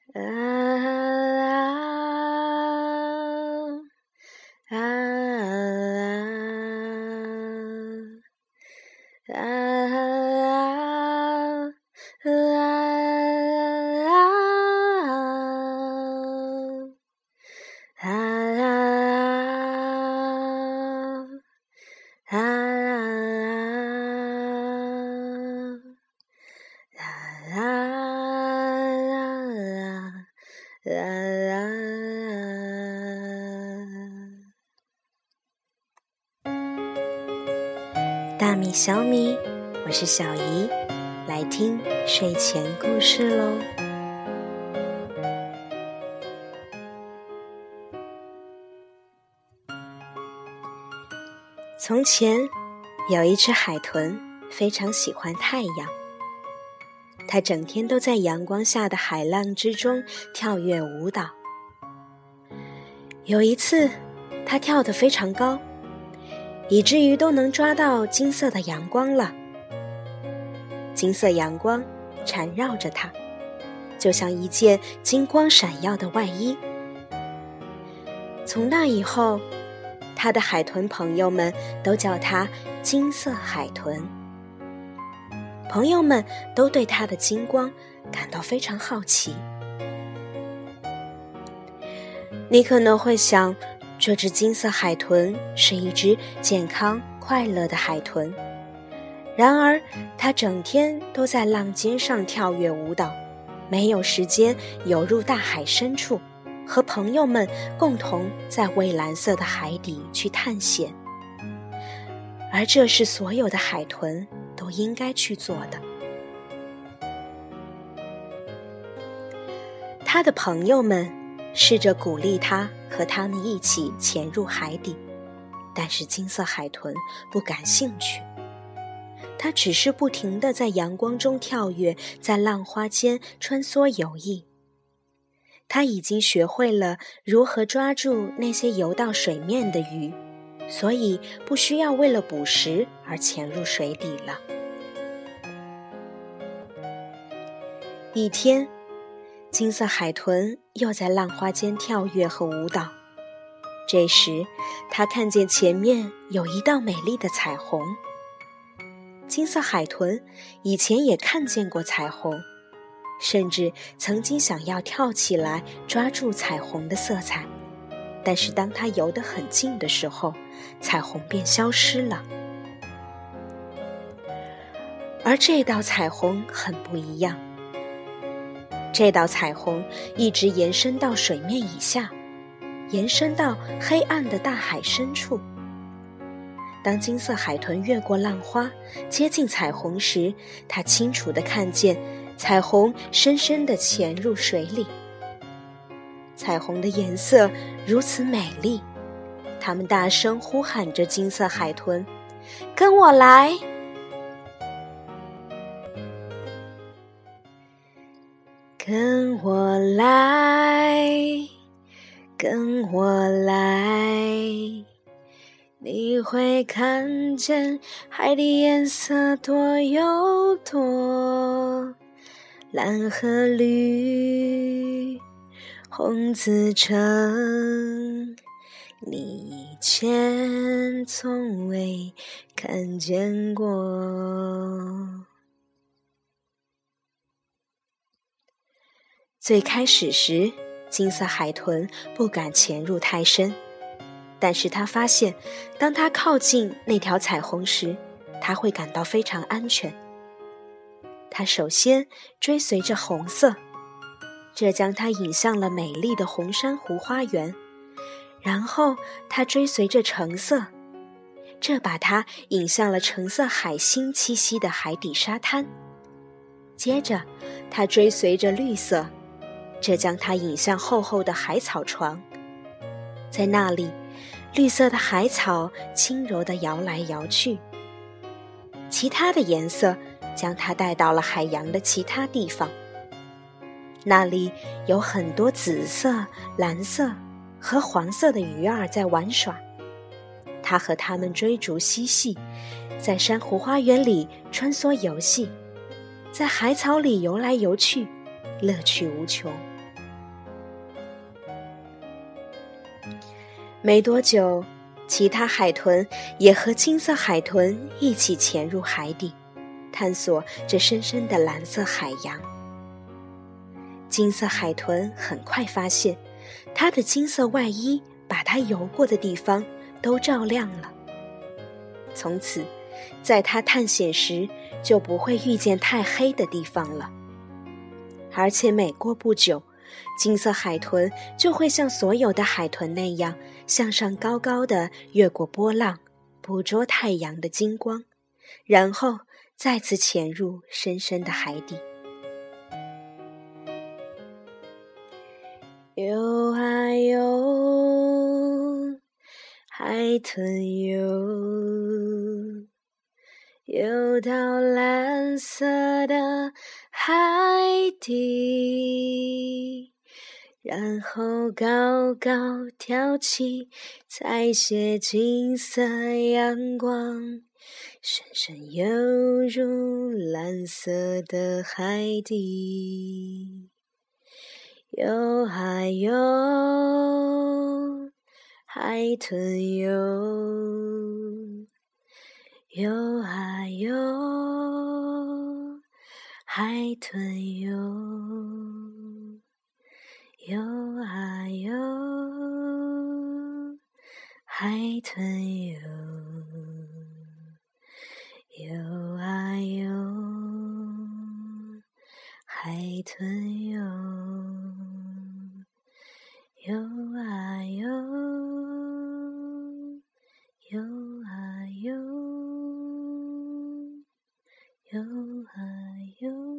啊啊啊大米小米，我是小姨，来听睡前故事喽。从前有一只海豚，非常喜欢太阳，它整天都在阳光下的海浪之中跳跃舞蹈。有一次，它跳得非常高，以至于都能抓到金色的阳光了。金色阳光缠绕着它，就像一件金光闪耀的外衣。从那以后，他的海豚朋友们都叫他金色海豚。朋友们都对他的金光感到非常好奇。你可能会想，这只金色海豚是一只健康快乐的海豚，然而它整天都在浪尖上跳跃舞蹈，没有时间游入大海深处，和朋友们共同在蔚蓝色的海底去探险。而这是所有的海豚都应该去做的。他的朋友们试着鼓励他和他们一起潜入海底，但是金色海豚不感兴趣。它只是不停地在阳光中跳跃，在浪花间穿梭游弋。它已经学会了如何抓住那些游到水面的鱼，所以不需要为了捕食而潜入水底了。一天，金色海豚又在浪花间跳跃和舞蹈。这时，它看见前面有一道美丽的彩虹。金色海豚以前也看见过彩虹，甚至曾经想要跳起来抓住彩虹的色彩，但是当它游得很近的时候，彩虹便消失了。而这道彩虹很不一样，这道彩虹一直延伸到水面以下，延伸到黑暗的大海深处。当金色海豚越过浪花，接近彩虹时，它清楚地看见彩虹深深地潜入水里。彩虹的颜色如此美丽，它们大声呼喊着金色海豚：“跟我来！”跟我来，跟我来，你会看见海底颜色多又多，蓝和绿，红紫橙，你以前从未看见过。最开始时，金色海豚不敢潜入太深，但是他发现，当他靠近那条彩虹时，他会感到非常安全。他首先追随着红色，这将他引向了美丽的红珊瑚花园，然后他追随着橙色，这把他引向了橙色海星栖息的海底沙滩。接着他追随着绿色，这将他引向厚厚的海草床。在那里，绿色的海草轻柔地摇来摇去，其他的颜色将它带到了海洋的其他地方。那里有很多紫色、蓝色和黄色的鱼儿在玩耍，它和它们追逐嬉戏，在珊瑚花园里穿梭游戏，在海草里游来游去，乐趣无穷。 没多久，其他海豚也和金色海豚一起潜入海底，探索这深深的蓝色海洋。金色海豚很快发现，它的金色外衣把它游过的地方都照亮了。从此，在它探险时就不会遇见太黑的地方了。而且每过不久，金色海豚就会像所有的海豚那样，向上高高地越过波浪，捕捉太阳的金光，然后再次潜入深深的海底。游啊游，海豚游，游到蓝色的海底，然后高高跳起，采撷金色阳光，深深游入蓝色的海底。游啊游，海豚游，游啊游，海豚游，游啊游，海豚游，游啊游，海豚游，游啊游，游啊游，游啊游。